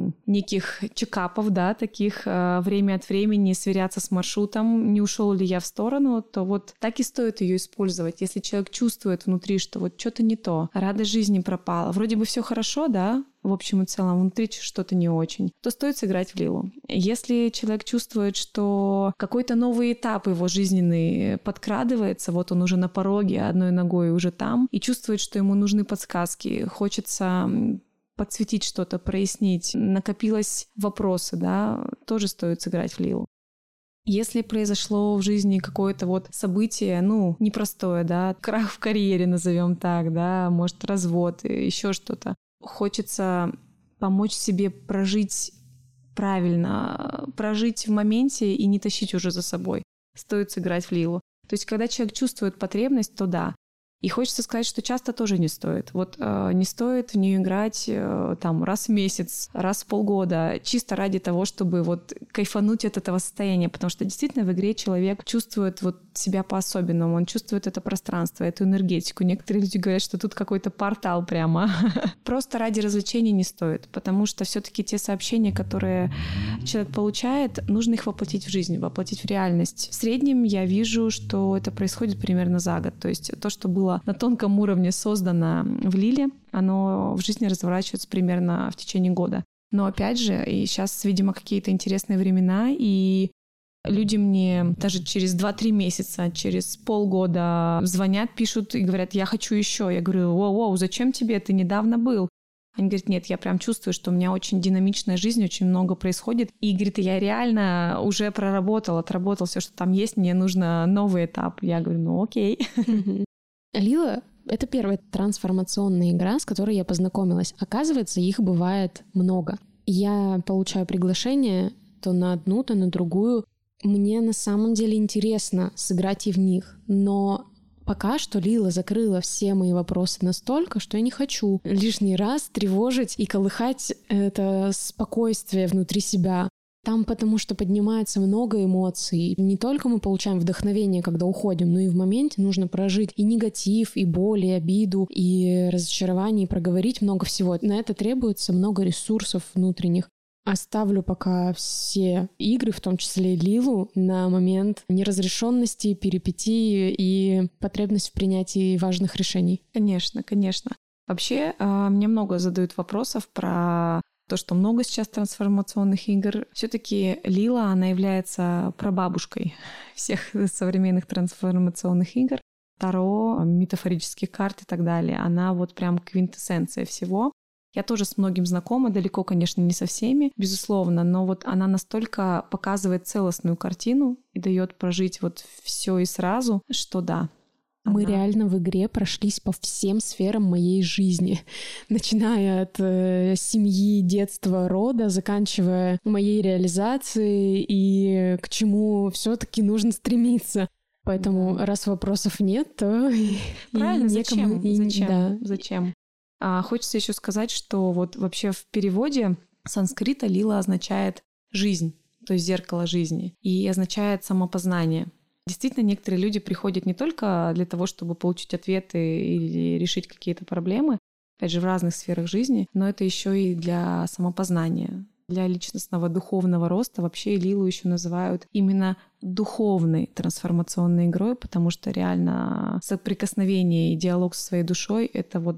неких чекапов, да, таких время от времени сверяться с маршрутом, не ушел ли я в сторону, то вот так и стоит ее использовать. Если человек чувствует внутри, что вот что-то не то, радость жизни пропала, вроде бы все хорошо, да, в общем и целом, внутри что-то не очень, то стоит сыграть в Лилу. Если человек чувствует, что какой-то новый этап его жизненный подкрадывается, вот он уже на пороге, одной ногой уже там, и чувствует, что ему нужны подсказки, хочется подсветить что-то, прояснить, накопилось вопросы, да, тоже стоит сыграть в Лилу. Если произошло в жизни какое-то вот событие, непростое, да, крах в карьере, назовем так, да, может, развод, еще что-то, хочется помочь себе прожить правильно прожить в моменте и не тащить уже за собой. Стоит сыграть в Лилу. То есть, когда человек чувствует потребность, то да. И хочется сказать, что часто тоже не стоит. Вот не стоит в нее играть там раз в месяц, раз в полгода, чисто ради того, чтобы вот кайфануть от этого состояния. Потому что действительно в игре человек чувствует вот себя по-особенному, он чувствует это пространство, эту энергетику. Некоторые люди говорят, что тут какой-то портал прямо. Просто ради развлечения не стоит, потому что все-таки те сообщения, которые человек получает, нужно их воплотить в жизнь, воплотить в реальность. В среднем я вижу, что это происходит примерно за год. То есть то, что было на тонком уровне создано в Лиле, оно в жизни разворачивается примерно в течение года. Но опять же, и сейчас, видимо, какие-то интересные времена, и люди мне даже через 2-3 месяца, через полгода звонят, пишут и говорят: я хочу еще. Я говорю: воу, зачем тебе? Ты недавно был. Они говорят: нет, я прям чувствую, что у меня очень динамичная жизнь, очень много происходит. И, говорит, я реально уже отработал все, что там есть, мне нужно новый этап. Я говорю: ну окей. Лила — это первая трансформационная игра, с которой я познакомилась. Оказывается, их бывает много. Я получаю приглашение то на одну, то на другую. Мне на самом деле интересно сыграть и в них, но пока что Лила закрыла все мои вопросы настолько, что я не хочу лишний раз тревожить и колыхать это спокойствие внутри себя. Там потому что поднимается много эмоций. Не только мы получаем вдохновение, когда уходим, но и в моменте нужно прожить и негатив, и боль, и обиду, и разочарование, и проговорить много всего. На это требуется много ресурсов внутренних. Оставлю пока все игры, в том числе Лилу, на момент неразрешенности, перипетии и потребность в принятии важных решений. Конечно. Вообще, мне много задают вопросов про то, что много сейчас трансформационных игр. Все-таки Лила, она является прабабушкой всех современных трансформационных игр. Таро, метафорических карт и так далее. Она вот прям квинтэссенция всего. Я тоже с многим знакома, далеко, конечно, не со всеми, безусловно, но вот она настолько показывает целостную картину и дает прожить вот все и сразу, что да. Мы реально в игре прошлись по всем сферам моей жизни, начиная от семьи, детства, рода, заканчивая моей реализацией и к чему все-таки нужно стремиться. Поэтому раз вопросов нет, то правильно, зачем? Хочется еще сказать, что вот вообще в переводе санскрита Лила означает жизнь, то есть зеркало жизни, и означает самопознание. Действительно, некоторые люди приходят не только для того, чтобы получить ответы или решить какие-то проблемы, опять же, в разных сферах жизни, но это еще и для самопознания, для личностного духовного роста. Вообще Лилу еще называют именно духовной трансформационной игрой, потому что реально соприкосновение и диалог со своей душой —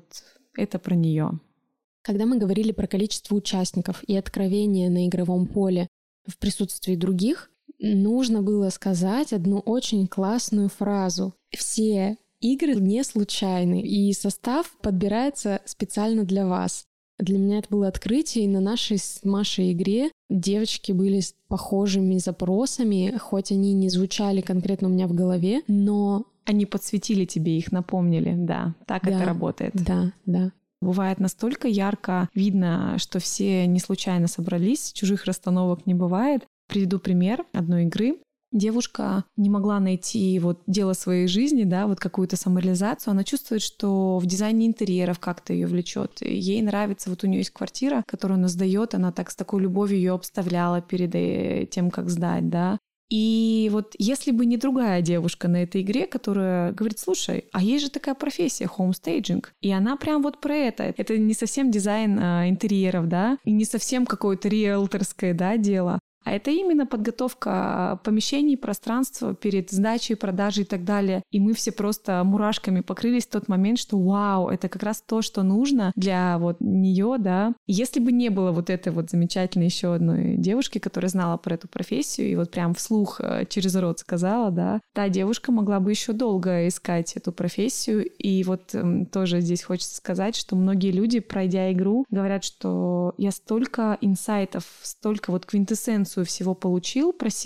это про нее. Когда мы говорили про количество участников и откровения на игровом поле в присутствии других, нужно было сказать одну очень классную фразу. Все игры не случайны, и состав подбирается специально для вас. Для меня это было открытие, и на нашей с Машей игре девочки были с похожими запросами, хоть они не звучали конкретно у меня в голове, но... Они подсветили тебе, их напомнили, да, так это работает. Да. Бывает настолько ярко видно, что все не случайно собрались, чужих расстановок не бывает. Приведу пример одной игры. Девушка не могла найти вот дело своей жизни, да, вот какую-то самореализацию. Она чувствует, что в дизайне интерьеров как-то ее влечет. Ей нравится, вот у нее есть квартира, которую она сдает, она так с такой любовью ее обставляла перед тем, как сдать, да. И вот если бы не другая девушка на этой игре, которая говорит: слушай, а есть же такая профессия хоумстейджинг, и она прям вот про это. Это не совсем дизайн интерьеров, да, и не совсем какое-то риэлторское, да, дело. А это именно подготовка помещений, пространства перед сдачей, продажей и так далее. И мы все просто мурашками покрылись в тот момент, что вау, это как раз то, что нужно для вот нее, да. И если бы не было вот этой вот замечательной еще одной девушки, которая знала про эту профессию и вот прям вслух через рот сказала, да, та девушка могла бы еще долго искать эту профессию. И вот тоже здесь хочется сказать, что многие люди, пройдя игру, говорят, что я столько инсайтов, столько вот квинтэссенцию всего получил про себя,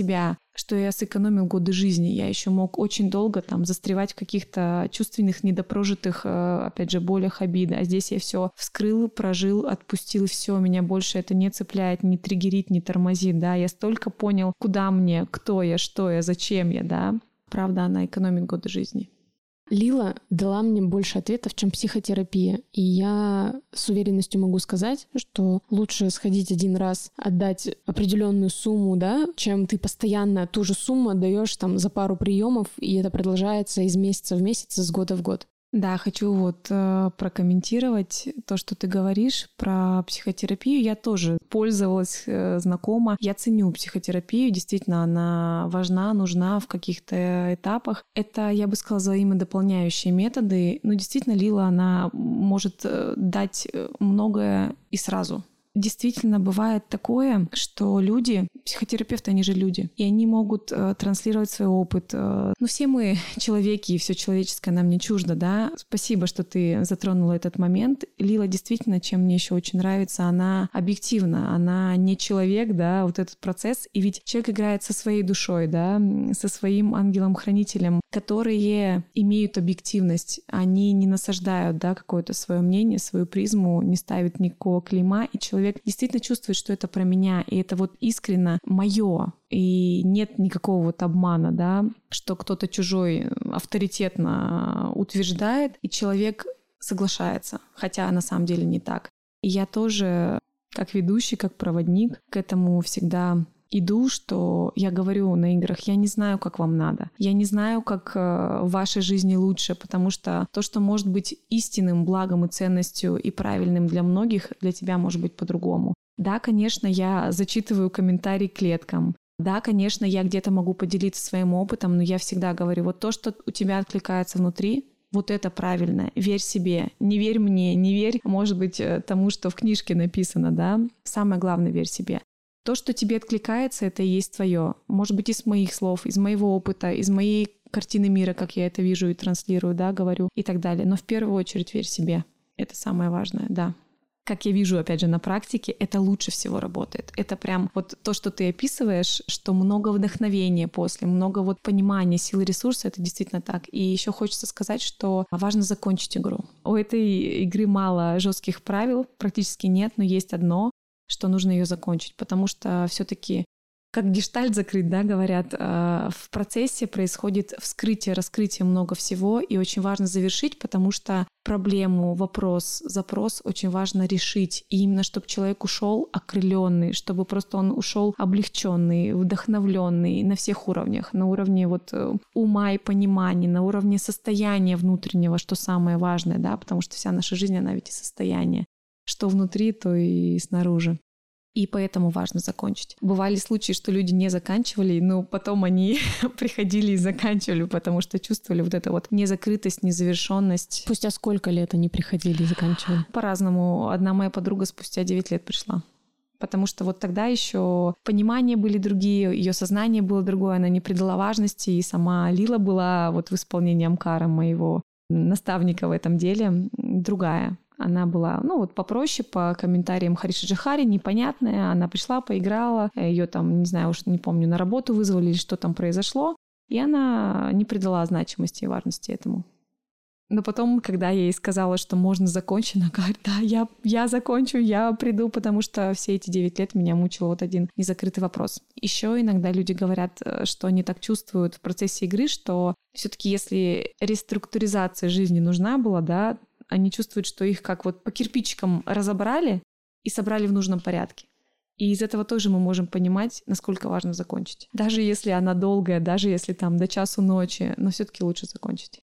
что я сэкономил годы жизни. Я еще мог очень долго там застревать в каких-то чувственных, недопрожитых, опять же, болях, обидах. А здесь я все вскрыл, прожил, отпустил, все, меня больше это не цепляет, не триггерит, не тормозит, да. Я столько понял, куда мне, кто я, что я, зачем я, да. Правда, она экономит годы жизни. Лила дала мне больше ответов, чем психотерапия. И я с уверенностью могу сказать, что лучше сходить один раз, отдать определенную сумму, да, чем ты постоянно ту же сумму отдаешь там за пару приемов, и это продолжается из месяца в месяц, из года в год. Да, хочу вот прокомментировать то, что ты говоришь про психотерапию. Я тоже пользовалась, знакома. Я ценю психотерапию. Действительно, она важна, нужна в каких-то этапах. Это, я бы сказала, взаимодополняющие методы. Но действительно, Лила, она может дать многое и сразу. Действительно, бывает такое, что люди, психотерапевты, они же люди, и они могут транслировать свой опыт. Ну, все мы человеки, и все человеческое нам не чуждо, да? Спасибо, что ты затронула этот момент. Лила действительно, чем мне еще очень нравится, она объективна, она не человек, да, вот этот процесс. И ведь человек играет со своей душой, да, со своим ангелом-хранителем, которые имеют объективность, они не насаждают, да, какое-то свое мнение, свою призму, не ставят никакого клейма, и человек действительно чувствует, что это про меня, и это вот искренно мое, и нет никакого вот обмана, да, что кто-то чужой авторитетно утверждает, и человек соглашается, хотя на самом деле не так. И я тоже, как ведущий, как проводник, к этому всегда иду, что я говорю на играх, я не знаю, как вам надо. Я не знаю, как в вашей жизни лучше, потому что то, что может быть истинным благом и ценностью и правильным для многих, для тебя может быть по-другому. Да, конечно, я зачитываю комментарии клеткам. Да, конечно, я где-то могу поделиться своим опытом, но я всегда говорю, вот то, что у тебя откликается внутри, вот это правильно, верь себе, не верь мне, не верь, может быть, тому, что в книжке написано, да. Самое главное, верь себе. То, что тебе откликается, это и есть твое. Может быть, из моих слов, из моего опыта, из моей картины мира, как я это вижу и транслирую, да, говорю и так далее. Но в первую очередь верь себе. Это самое важное, да. Как я вижу, опять же, на практике, это лучше всего работает. Это прям вот то, что ты описываешь, что много вдохновения после, много вот понимания силы ресурса, это действительно так. И еще хочется сказать, что важно закончить игру. У этой игры мало жестких правил, практически нет, но есть одно, что нужно ее закончить, потому что все-таки как гештальт закрыть, да, говорят, в процессе происходит вскрытие, раскрытие много всего, и очень важно завершить, потому что проблему, вопрос, запрос очень важно решить, и именно чтобы человек ушел окрыленный, чтобы просто он ушел облегченный, вдохновленный на всех уровнях, на уровне вот ума и понимания, на уровне состояния внутреннего, что самое важное, да, потому что вся наша жизнь, она ведь и состояние. Что внутри, то и снаружи. И поэтому важно закончить. Бывали случаи, что люди не заканчивали, но потом они приходили и заканчивали, потому что чувствовали вот эту вот незакрытость, незавершенность. Спустя сколько лет они приходили и заканчивали? По-разному. Одна моя подруга спустя 9 лет пришла. Потому что вот тогда еще понимания были другие, ее сознание было другое, она не придала важности, и сама Лила была вот в исполнении Амкара, моего наставника в этом деле, другая. Она была, ну вот попроще, по комментариям Хариши Джохари, непонятная. Она пришла, поиграла, ее там, не знаю, уж не помню, на работу вызвали или что там произошло. И она не придала значимости и важности этому. Но потом, когда я ей сказала, что можно закончить, она говорит, да, я закончу, я приду, потому что все эти 9 лет меня мучил вот один незакрытый вопрос. Еще иногда люди говорят, что они так чувствуют в процессе игры, что все-таки если реструктуризация жизни нужна была, да, они чувствуют, что их как вот по кирпичикам разобрали и собрали в нужном порядке. И из этого тоже мы можем понимать, насколько важно закончить. Даже если она долгая, даже если там до часу ночи, но все-таки лучше закончить.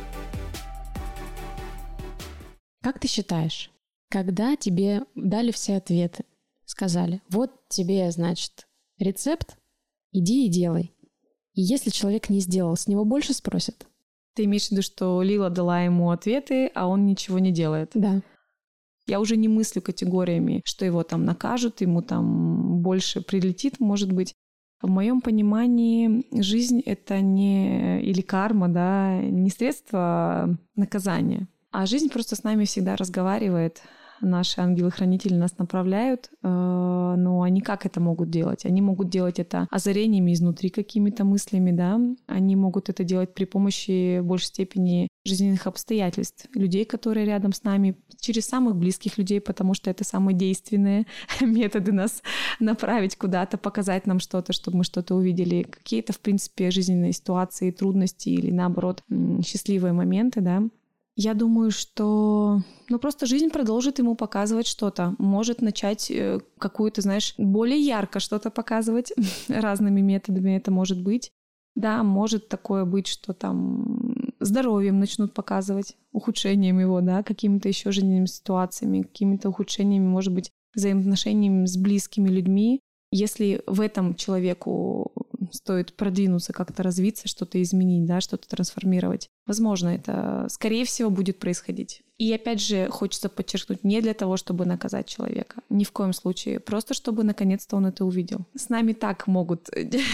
Как ты считаешь, когда тебе дали все ответы, сказали, вот тебе, значит, рецепт, иди и делай. И если человек не сделал, с него больше спросят? Ты имеешь в виду, что Лила дала ему ответы, а он ничего не делает? Да. Я уже не мыслю категориями, что его там накажут, ему там больше прилетит, может быть. В моем понимании жизнь — это не или карма, да, не средство наказания, а жизнь просто с нами всегда разговаривает. наши ангелы-хранители нас направляют, но они как это могут делать? Они могут делать это озарениями изнутри, какими-то мыслями, да? Они могут это делать при помощи в большей степени жизненных обстоятельств, людей, которые рядом с нами, через самых близких людей, потому что это самые действенные методы нас направить куда-то, показать нам что-то, чтобы мы что-то увидели. Какие-то, в принципе, жизненные ситуации, трудности или, наоборот, счастливые моменты, да. Я думаю, что просто жизнь продолжит ему показывать что-то. Может начать какую-то, знаешь, более ярко что-то показывать разными методами. Это может быть. Да, может такое быть, что там здоровьем начнут показывать, ухудшением его, да, какими-то еще жизненными ситуациями, какими-то ухудшениями, может быть, взаимоотношениями с близкими людьми. Если в этом человеку стоит продвинуться, как-то развиться, что-то изменить, да, что-то трансформировать, возможно, это, скорее всего, будет происходить. И опять же, хочется подчеркнуть, не для того, чтобы наказать человека, ни в коем случае, просто чтобы наконец-то он это увидел. С нами так могут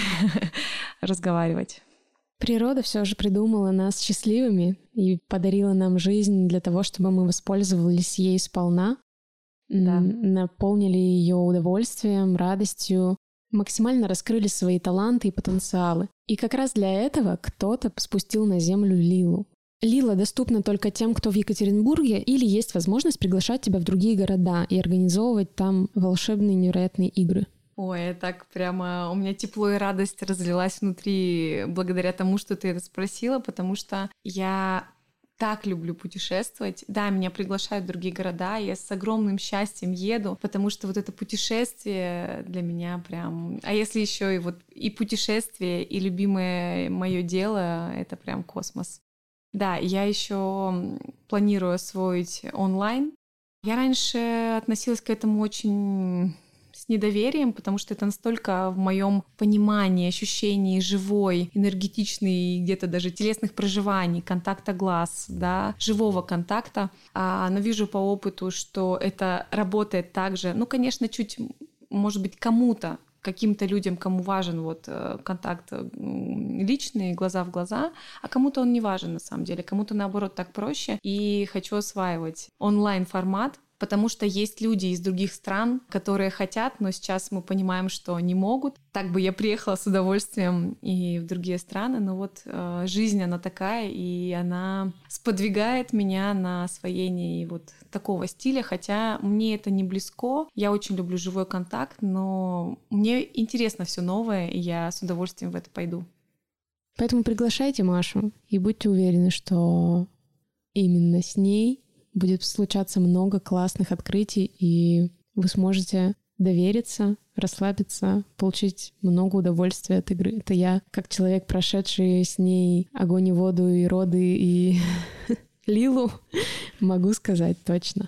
разговаривать. Природа все же придумала нас счастливыми и подарила нам жизнь для того, чтобы мы воспользовались ей сполна, Да. наполнили ее удовольствием, радостью, максимально раскрыли свои таланты и потенциалы. И как раз для этого кто-то спустил на землю Лилу. Лила доступна только тем, кто в Екатеринбурге, или есть возможность приглашать тебя в другие города и организовывать там волшебные невероятные игры. Ой, так прямо у меня тепло и радость разлилась внутри благодаря тому, что ты это спросила, потому что я так люблю путешествовать. Да, меня приглашают в другие города, я с огромным счастьем еду, потому что вот это путешествие для меня прям... А если еще и вот и путешествие, и любимое мое дело, это прям космос. Да, я еще планирую освоить онлайн. Я раньше относилась к этому очень с недоверием, потому что это настолько в моем понимании, ощущении живой, энергетичной, где-то даже телесных проживаний, контакта глаз, да, живого контакта. Но вижу по опыту, что это работает так же. Ну, конечно, чуть, может быть, кому-то, каким-то людям, кому важен вот контакт личный, глаза в глаза, а кому-то он не важен на самом деле, кому-то наоборот так проще. И хочу осваивать онлайн-формат, потому что есть люди из других стран, которые хотят, но сейчас мы понимаем, что не могут. Так бы я приехала с удовольствием и в другие страны, но вот жизнь, она такая, и она сподвигает меня на освоение вот такого стиля, хотя мне это не близко. Я очень люблю живой контакт, но мне интересно все новое, и я с удовольствием в это пойду. Поэтому приглашайте Машу и будьте уверены, что именно с ней будет случаться много классных открытий, и вы сможете довериться, расслабиться, получить много удовольствия от игры. Это я, как человек, прошедший с ней огонь и воду, и роды, и Лилу, могу сказать точно.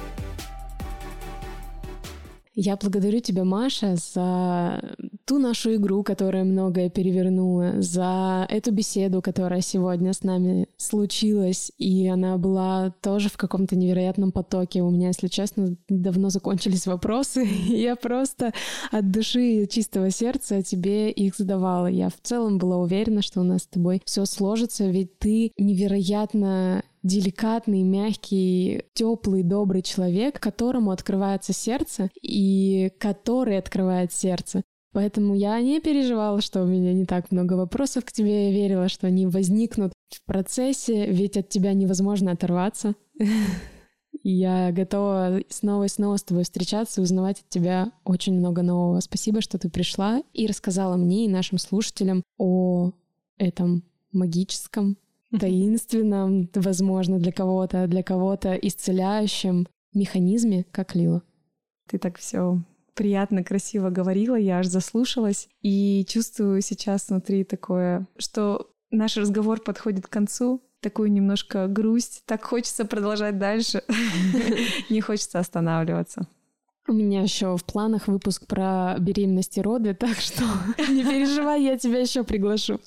Я благодарю тебя, Маша, за ту нашу игру, которая многое перевернула, за эту беседу, которая сегодня с нами случилась, и она была тоже в каком-то невероятном потоке. У меня, если честно, давно закончились вопросы, и я просто от души и чистого сердца тебе их задавала. Я в целом была уверена, что у нас с тобой все сложится, ведь ты невероятно деликатный, мягкий, теплый, добрый человек, которому открывается сердце и который открывает сердце. Поэтому я не переживала, что у меня не так много вопросов к тебе. Я верила, что они возникнут в процессе, ведь от тебя невозможно оторваться. Я готова снова и снова с тобой встречаться и узнавать от тебя очень много нового. Спасибо, что ты пришла и рассказала мне и нашим слушателям о этом магическом, таинственном, возможно, для кого-то исцеляющем механизме, как Лила. Ты так все приятно, красиво говорила, я аж заслушалась и чувствую сейчас внутри такое, что наш разговор подходит к концу, такую немножко грусть, так хочется продолжать дальше, не хочется останавливаться. У меня еще в планах выпуск про беременность и роды, так что не переживай, я тебя еще приглашу.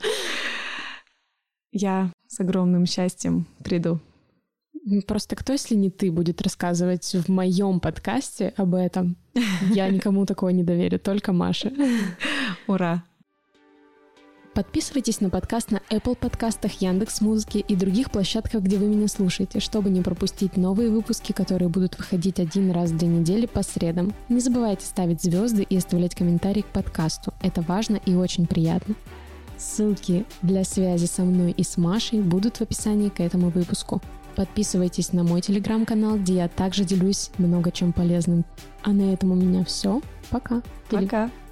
Я с огромным счастьем приду. Просто кто, если не ты, будет рассказывать в моем подкасте об этом? Я никому такого не доверю, только Маше. Ура! Подписывайтесь на подкаст на Apple подкастах, Яндекс.Музыке и других площадках, где вы меня слушаете, чтобы не пропустить новые выпуски, которые будут выходить 1 раз в 2 недели по средам. Не забывайте ставить звезды и оставлять комментарии к подкасту. Это важно и очень приятно. Ссылки для связи со мной и с Машей будут в описании к этому выпуску. Подписывайтесь на мой телеграм-канал, где я также делюсь много чем полезным. А на этом у меня все. Пока. Пока.